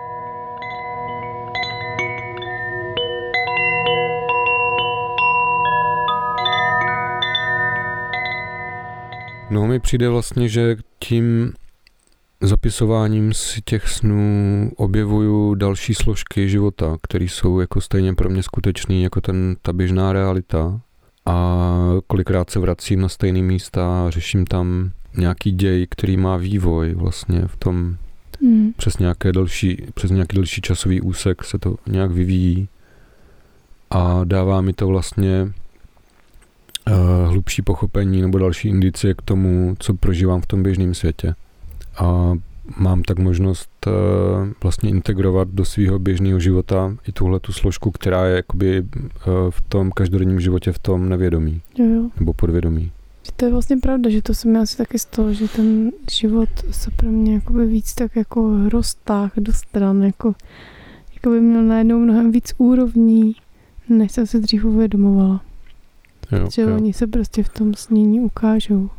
No mi přijde vlastně, že tím zapisováním si těch snů objevuju další složky života, které jsou jako stejně pro mě skutečný jako ta běžná realita. A kolikrát se vracím na stejné místa a řeším tam nějaký děj, který má vývoj vlastně v tom přes nějaký delší časový úsek se to nějak vyvíjí a dává mi to vlastně hlubší pochopení nebo další indicie k tomu, co prožívám v tom běžném světě. A mám tak možnost vlastně integrovat do svého běžného života i tuhletu složku, která je jakoby v tom každodenním životě v tom nevědomí. Jo. Nebo podvědomí. To je vlastně pravda, že to se mi asi taky stalo, že ten život se pro mě jakoby víc tak jako roztáhl do stran, jako by měl najednou mnohem víc úrovní, než jsem si dřív uvědomovala. Že oni se prostě v tom snění ukážou.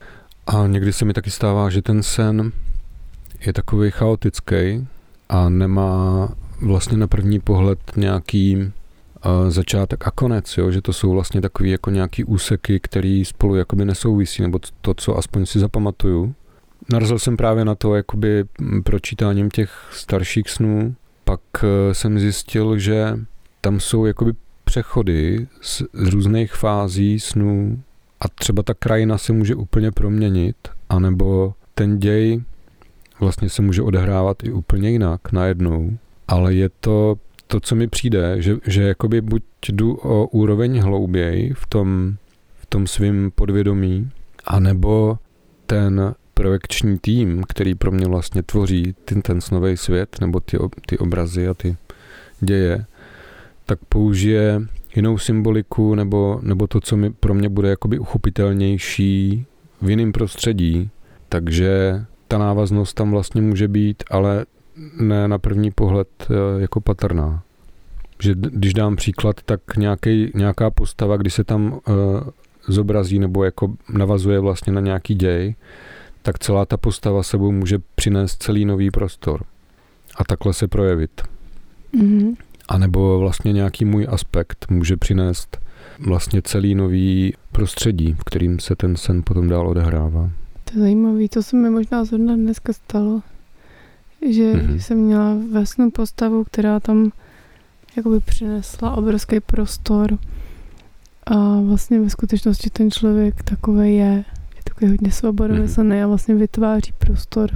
A někdy se mi taky stává, že ten sen je takový chaotický a nemá vlastně na první pohled nějaký začátek a konec, jo? Že to jsou vlastně takový jako nějaký úseky, který spolu jakoby nesouvisí, nebo to, co aspoň si zapamatuju. Narazil jsem právě na to jakoby pročítáním těch starších snů, pak jsem zjistil, že tam jsou jakoby přechody z různých fází snů a třeba ta krajina se může úplně proměnit, anebo ten děj vlastně se může odehrávat i úplně jinak najednou, ale je to, co mi přijde, že jakoby buď jdu o úroveň hlouběji v tom svým podvědomí, anebo ten projekční tým, který pro mě vlastně tvoří ten snový svět, nebo ty obrazy a ty děje, tak použije jinou symboliku nebo to, co pro mě bude jakoby uchopitelnější v jiném prostředí. Takže ta návaznost tam vlastně může být, ale ne na první pohled jako patrná. Že když dám příklad, tak nějaká postava, když se tam zobrazí nebo jako navazuje vlastně na nějaký děj, tak celá ta postava sebou může přinést celý nový prostor a takhle se projevit. Mm-hmm. A nebo vlastně nějaký můj aspekt může přinést vlastně celý nový prostředí, v kterým se ten sen potom dál odehrává. To je zajímavý, to se mi možná zrovna dneska stalo, že jsem měla ve snu postavu, která tam jakoby přinesla obrovský prostor a vlastně ve skutečnosti ten člověk takovej je takový hodně svobodomyslný a vlastně vytváří prostor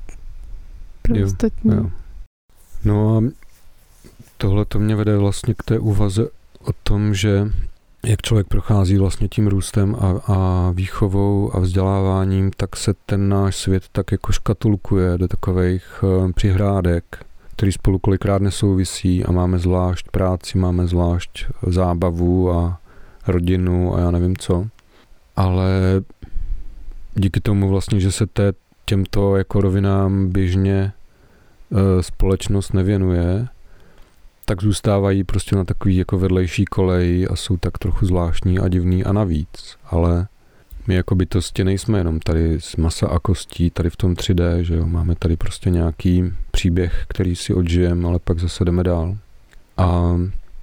pro ostatní. Jo. No a tohle to mě vede vlastně k té úvaze o tom, že jak člověk prochází vlastně tím růstem a výchovou a vzděláváním, tak se ten náš svět tak jako škatulkuje do takových přihrádek, který spolu kolikrát nesouvisí a máme zvlášť práci, máme zvlášť zábavu a rodinu a já nevím co. Ale díky tomu vlastně, že se těmto jako rovinám běžně společnost nevěnuje, tak zůstávají prostě na takový jako vedlejší koleji a jsou tak trochu zvláštní a divný a navíc. Ale my jako bytosti nejsme jenom tady z masa a kostí, tady v tom 3D, že jo, máme tady prostě nějaký příběh, který si odžijeme, ale pak zase jdeme dál. A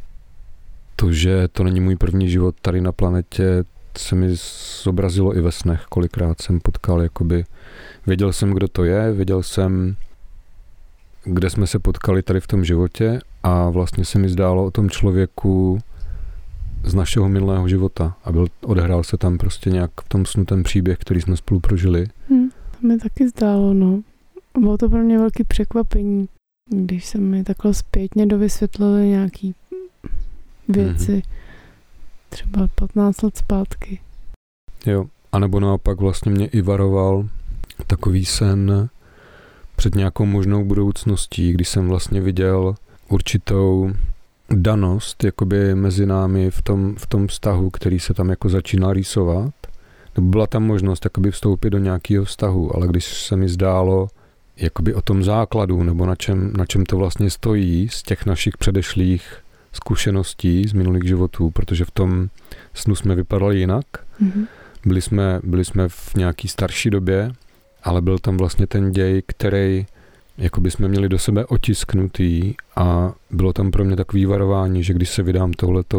to, že to není můj první život tady na planetě, se mi zobrazilo i ve snech, kolikrát jsem potkal, jakoby věděl jsem, kdo to je, věděl jsem, kde jsme se potkali tady v tom životě a vlastně se mi zdálo o tom člověku z našeho minulého života a odehrál se tam prostě nějak v tom snu ten příběh, který jsme spolu prožili. To mi taky zdálo, no. Bylo to pro mě velké překvapení, když se mi takhle zpětně dovysvětlili nějaký věci, třeba 15 let zpátky. Jo, anebo naopak vlastně mě i varoval takový sen před nějakou možnou budoucností, když jsem vlastně viděl určitou danost jakoby mezi námi v tom vztahu, který se tam jako začínal rýsovat. Nebo byla tam možnost jakoby vstoupit do nějakého vztahu, ale když se mi zdálo jakoby o tom základu, nebo na čem to vlastně stojí z těch našich předešlých zkušeností z minulých životů, protože v tom snu jsme vypadali jinak. Mm-hmm. Byli jsme v nějaký starší době, ale byl tam vlastně ten děj, který jakoby jsme měli do sebe otisknutý a bylo tam pro mě takový varování, že když se vydám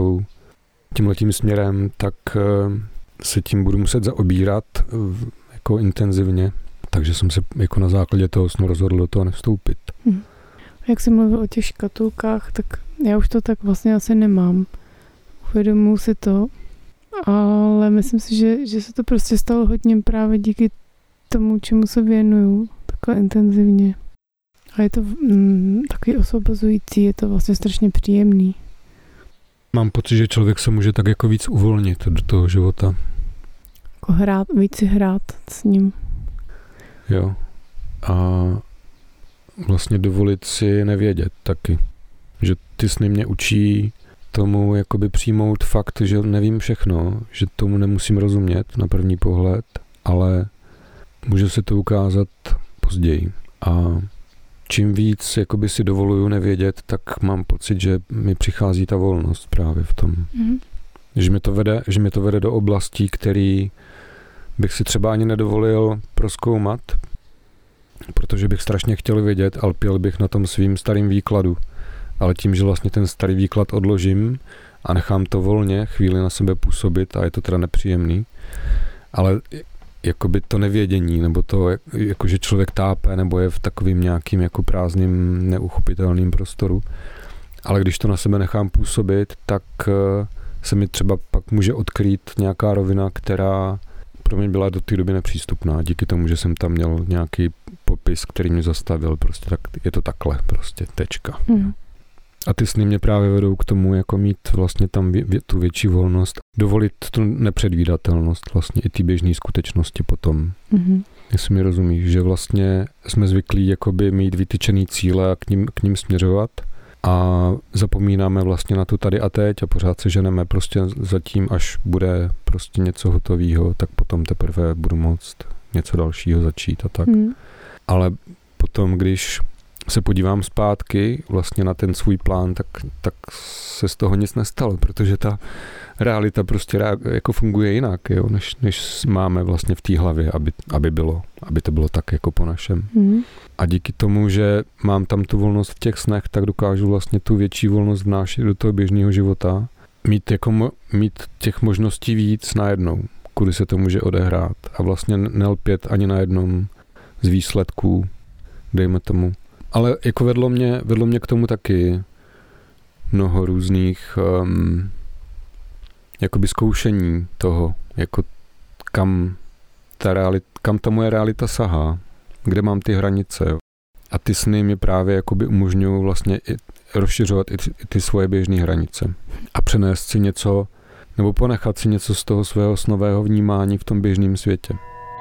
tímhletím směrem, tak se tím budu muset zaobírat jako intenzivně. Takže jsem se jako na základě toho snu rozhodl do toho nevstoupit. Jak jsi mluvil o těch škatulkách, tak já už to tak vlastně asi nemám. Uvědomuji si to, ale myslím si, že se to prostě stalo hodně právě díky tomu, čemu se věnuju takhle intenzivně. A je to takový osvobozující, je to vlastně strašně příjemný. Mám pocit, že člověk se může tak jako víc uvolnit do toho života. Jako víc si hrát s ním. Jo. A vlastně dovolit si nevědět taky. Že ty sny mě učí tomu jakoby přijmout fakt, že nevím všechno, že tomu nemusím rozumět na první pohled, ale může se to ukázat později. A čím víc jakoby si dovoluju nevědět, tak mám pocit, že mi přichází ta volnost právě v tom. Mm-hmm. Že mi to vede do oblastí, který bych si třeba ani nedovolil prozkoumat, protože bych strašně chtěl vědět, ale lpěl bych na tom svým starým výkladu. Ale tím, že vlastně ten starý výklad odložím a nechám to volně chvíli na sebe působit a je to teda nepříjemný, ale jakoby to nevědění, nebo to, jako že člověk tápe, nebo je v takovým nějakým jako prázdným, neuchopitelným prostoru. Ale když to na sebe nechám působit, tak se mi třeba pak může odkrýt nějaká rovina, která pro mě byla do té doby nepřístupná. Díky tomu, že jsem tam měl nějaký popis, který mě zastavil. Prostě tak, je to takhle, prostě tečka. A ty sny mě právě vedou k tomu, jako mít vlastně tam tu větší volnost, dovolit tu nepředvídatelnost vlastně i ty běžné skutečnosti potom. Jestli mi rozumíš, že vlastně jsme zvyklí jakoby mít vytyčený cíle a k ním směřovat a zapomínáme vlastně na to tady a teď a pořád se ženeme prostě zatím, až bude prostě něco hotového, tak potom teprve budu moct něco dalšího začít a tak. Ale potom, když se podívám zpátky vlastně na ten svůj plán, tak se z toho nic nestalo, protože ta realita prostě jako funguje jinak, jo, než máme vlastně v té hlavě, aby to bylo tak jako po našem. A díky tomu, že mám tam tu volnost v těch snech, tak dokážu vlastně tu větší volnost vnášet do toho běžného života, mít těch možností víc najednou, kudy se to může odehrát a vlastně nelpět ani na jednom z výsledků, dejme tomu. Ale jako vedlo mě k tomu taky mnoho různých jakoby zkoušení toho, jako kam ta moje realita sahá, kde mám ty hranice. Jo. A ty sny mi právě jakoby umožňují vlastně i rozšiřovat i ty svoje běžné hranice. A přenést si něco, nebo ponechat si něco z toho svého snového vnímání v tom běžném světě.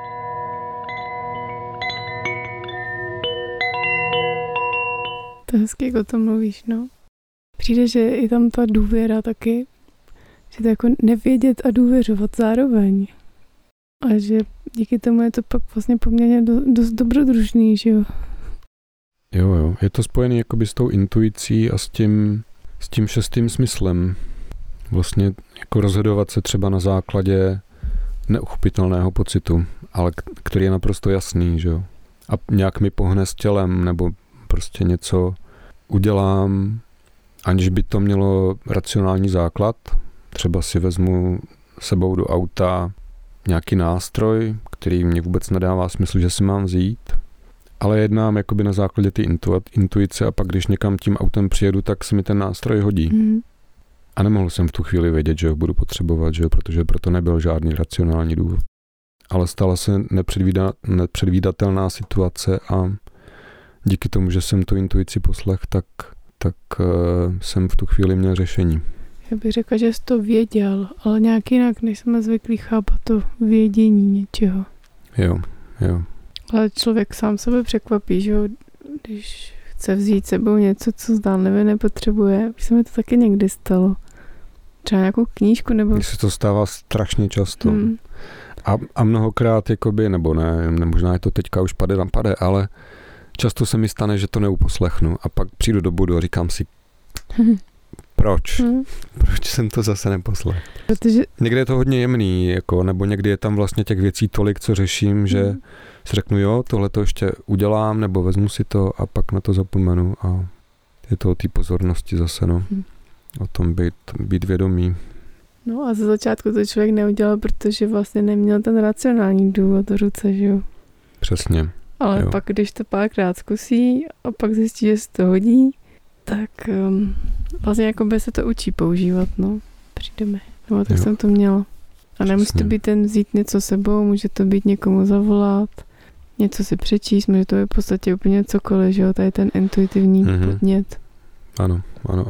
To je hezky, jak o tom mluvíš, no. Přijde, že je tam ta důvěra taky, že to jako nevědět a důvěřovat zároveň. A že díky tomu je to pak vlastně poměrně dost dobrodružný, že jo. Jo, je to spojený jakoby s tou intuicí a s tím šestým smyslem. Vlastně jako rozhodovat se třeba na základě neuchopitelného pocitu, ale který je naprosto jasný, že jo. A nějak mi pohne s tělem, nebo prostě něco udělám, aniž by to mělo racionální základ. Třeba si vezmu sebou do auta nějaký nástroj, který mě vůbec nedává smysl, že si mám vzít, ale jednám jakoby na základě ty intuice a pak když někam tím autem přijedu, tak se mi ten nástroj hodí. A nemohl jsem v tu chvíli vědět, že ho budu potřebovat, že jo, protože proto nebyl žádný racionální důvod. Ale stala se nepředvídatelná situace a díky tomu, že jsem tu intuici poslech, tak jsem v tu chvíli měl řešení. Já bych řekla, že jsi to věděl, ale nějak jinak, než jsme zvyklí chápat to vědění něčeho. Jo. Ale člověk sám sebe překvapí, že jo, když chce vzít sebou něco, co zdánlivě nepotřebuje. Už se mi to taky někdy stalo. Třeba nějakou knížku nebo... Mně se to stává strašně často. A mnohokrát, jakoby, nebo ne, možná je to teďka už pade, ale často se mi stane, že to neuposlechnu a pak přijdu do bodu a říkám si, proč? Proč jsem to zase neposlechl? Protože... Někdy je to hodně jemný, jako, nebo někdy je tam vlastně těch věcí tolik, co řeším, že si řeknu, jo, tohle to ještě udělám, nebo vezmu si to a pak na to zapomenu a je to o té pozornosti zase, no. O tom být vědomý. No a ze začátku to člověk neudělal, protože vlastně neměl ten racionální důvod do ruce, že jo? Přesně. Ale jo. Pak, když to párkrát zkusí a pak zjistí, že se to hodí, tak vlastně jakoby se to učí používat, no. Přijde mi. Nebo tak jsem to měla. A nemusí to být ten vzít něco sebou, může to být někomu zavolat, něco si přečíst, může to být v podstatě úplně cokoliv, že jo? Tady ten intuitivní podnět. Ano.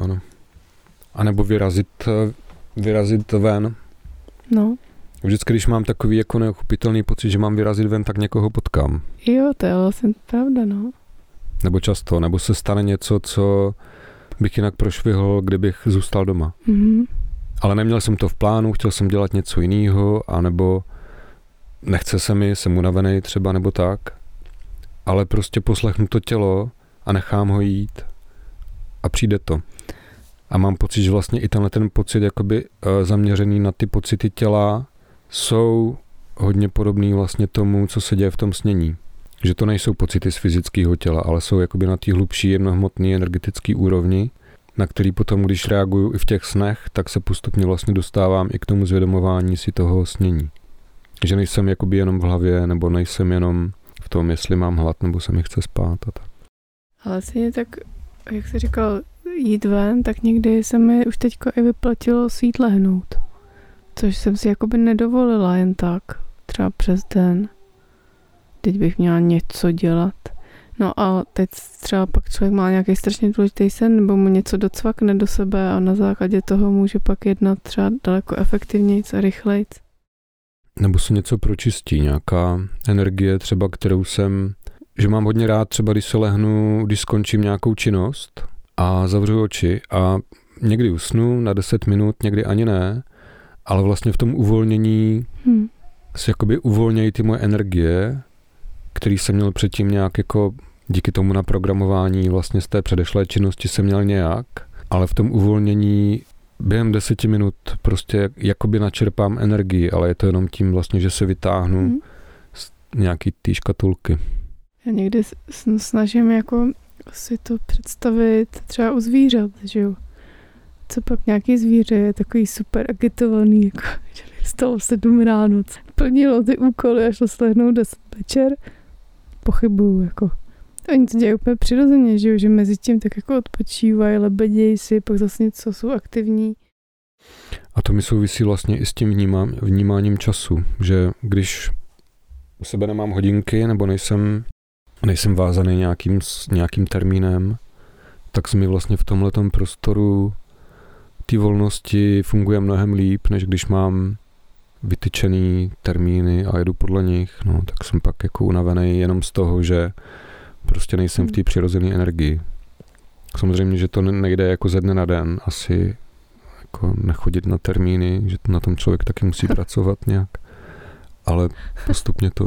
A nebo vyrazit ven. No. Vždycky, když mám takový jako neochopitelný pocit, že mám vyrazit ven, tak někoho potkám. Jo, to je vlastně pravda, no. Nebo často, nebo se stane něco, co bych jinak prošvihl, kdybych zůstal doma. Ale neměl jsem to v plánu, chtěl jsem dělat něco jiného, anebo nechce se mi, jsem unavený třeba, nebo tak. Ale prostě poslechnu to tělo a nechám ho jít a přijde to. A mám pocit, že vlastně i tenhle ten pocit jakoby zaměřený na ty pocity těla jsou hodně podobný vlastně tomu, co se děje v tom snění. Že to nejsou pocity z fyzického těla, ale jsou jakoby na té hlubší jednohmotné energetické úrovni, na který potom, když reaguju i v těch snech, tak se postupně vlastně dostávám i k tomu zvědomování si toho snění. Že nejsem jakoby jenom v hlavě, nebo nejsem jenom v tom, jestli mám hlad, nebo se mi chce spát a tak. Ale stejně tak, jak jsi říkal, jít ven, tak někdy se mi už teďko i vyplatilo si jít lehnout. Což jsem si jakoby nedovolila jen tak, třeba přes den. Teď bych měla něco dělat. No a teď třeba pak člověk má nějaký strašně důležitý sen, nebo mu něco docvakne do sebe a na základě toho může pak jednat třeba daleko efektivnějc a rychlejc. Nebo se něco pročistí, nějaká energie třeba, kterou že mám hodně rád třeba, když se lehnu, když skončím nějakou činnost a zavřu oči a někdy usnu na 10 minut, někdy ani ne, ale vlastně v tom uvolnění se jakoby uvolnějí ty moje energie, který jsem měl předtím nějak jako díky tomu naprogramování vlastně z té předešlé činnosti jsem měl nějak, ale v tom uvolnění během 10 minut prostě jakoby načerpám energii, ale je to jenom tím vlastně, že se vytáhnu z nějaký té škatulky. Já někdy snažím jako si to představit třeba u zvířat, že jo. Co pak nějaký zvíře je takový super agitovaný, jako že vstalo 7 ráno, plnilo ty úkoly a šlo slehnout 10 večer. Pochybuju, jako. Oni to dělají úplně přirozeně, že jo, že mezi tím tak jako odpočívají, lebedějí si, pak zase něco jsou aktivní. A to mi souvisí vlastně i s tím vnímáním času, že když u sebe nemám hodinky nebo nejsem vázaný nějakým termínem, tak se mi vlastně v tomhletom prostoru té volnosti funguje mnohem líp, než když mám vytyčený termíny a jedu podle nich, no, tak jsem pak jako unavený jenom z toho, že prostě nejsem v té přirozené energii. Samozřejmě, že to nejde jako ze dne na den, asi jako nechodit na termíny, že na tom člověk taky musí pracovat nějak, ale postupně to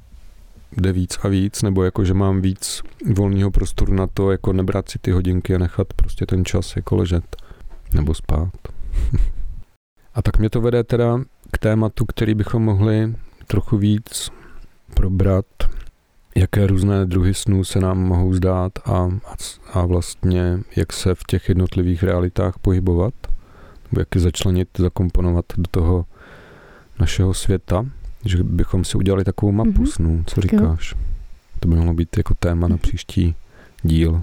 jde víc a víc, nebo jako, že mám víc volného prostoru na to, jako nebrat si ty hodinky a nechat prostě ten čas jako ležet, nebo spát. A tak mě to vede teda k tématu, který bychom mohli trochu víc probrat, jaké různé druhy snů se nám mohou zdát a vlastně jak se v těch jednotlivých realitách pohybovat, nebo jak je začlenit, zakomponovat do toho našeho světa, že bychom si udělali takovou mapu snů. Co říkáš? To by mohlo být jako téma na příští díl.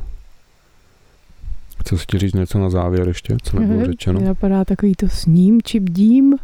Chci si ti říct něco na závěr ještě, co nebylo řečeno? Mně napadá takový to sním či bdím.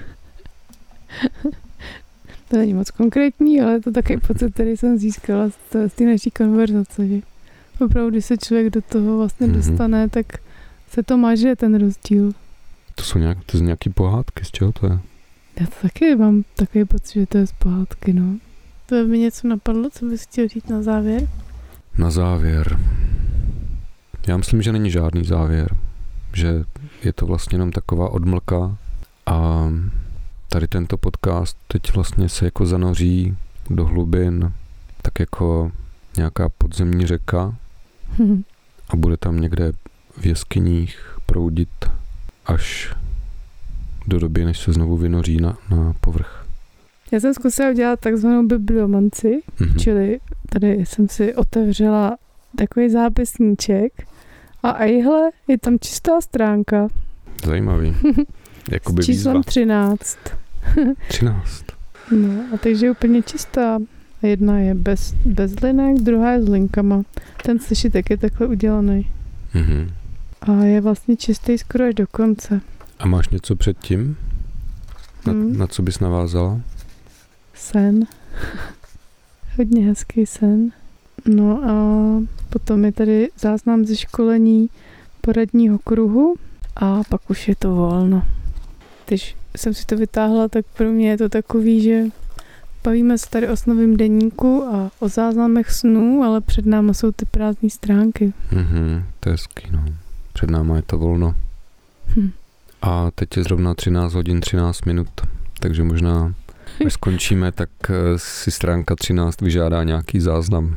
To není moc konkrétní, ale je to takový pocit, který jsem získala z té naší konverzace, že opravdu, když se člověk do toho vlastně dostane, tak se to maže ten rozdíl. To jsou nějaký pohádky, z čeho to je? Já to taky mám takový pocit, že to je z pohádky, no. To by mi něco napadlo, co bys chtěl říct na závěr? Na závěr. Já myslím, že není žádný závěr. Že je to vlastně jenom taková odmlka a tady tento podcast teď vlastně se jako zanoří do hlubin, tak jako nějaká podzemní řeka a bude tam někde v jeskyních proudit až do doby, než se znovu vynoří na povrch. Já jsem zkusila udělat takzvanou bibliomanci, čili tady jsem si otevřela takový zápisníček a ejhle, je tam čistá stránka. Zajímavý. Jakoby s číslem výzva. 13. 13. No a takže je úplně čistá. Jedna je bez linek, druhá je s linkama. Ten sešitek je takhle udělaný. Mm-hmm. A je vlastně čistý skoro až do konce. A máš něco předtím? Na co bys navázala? Sen. Hodně hezký sen. No a potom je tady záznam ze školení poradního kruhu a pak už je to volno. Když jsem si to vytáhla, tak pro mě je to takový, že bavíme se tady o snovém deníku a o záznamech snů, ale před náma jsou ty prázdné stránky. To je hezký, no. Před náma je to volno. A teď je zrovna 13 hodin 13 minut, takže možná, až skončíme, tak si stránka 13 vyžádá nějaký záznam.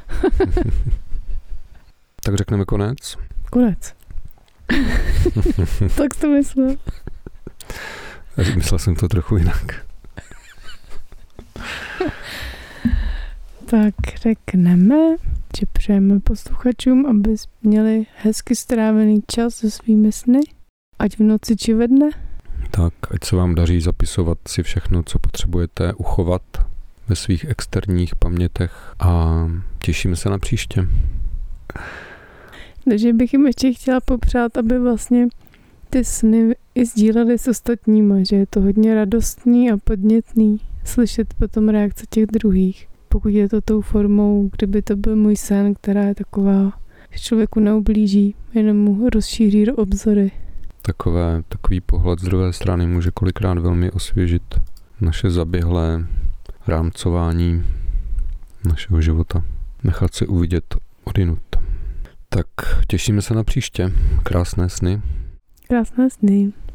Tak řekneme konec? Konec. Tak to myslel. Myslel jsem to trochu jinak. Tak řekneme, že přejeme posluchačům, aby měli hezky strávený čas se svými sny, ať v noci či ve dne. Tak, ať se vám daří zapisovat si všechno, co potřebujete uchovat ve svých externích pamětech a těšíme se na příště. Takže bych jim ještě chtěla popřát, aby vlastně ty sny i sdíleli s ostatníma, že je to hodně radostný a podnětný slyšet potom reakce těch druhých. Pokud je to tou formou, kdyby to byl můj sen, která je taková, že člověku neublíží, jenom mu rozšíří obzory. Takový pohled z druhé strany může kolikrát velmi osvěžit naše zaběhlé rámcování našeho života. Nechat si uvidět odinut. Tak těšíme se na příště. Krásné sny. Krásné sny.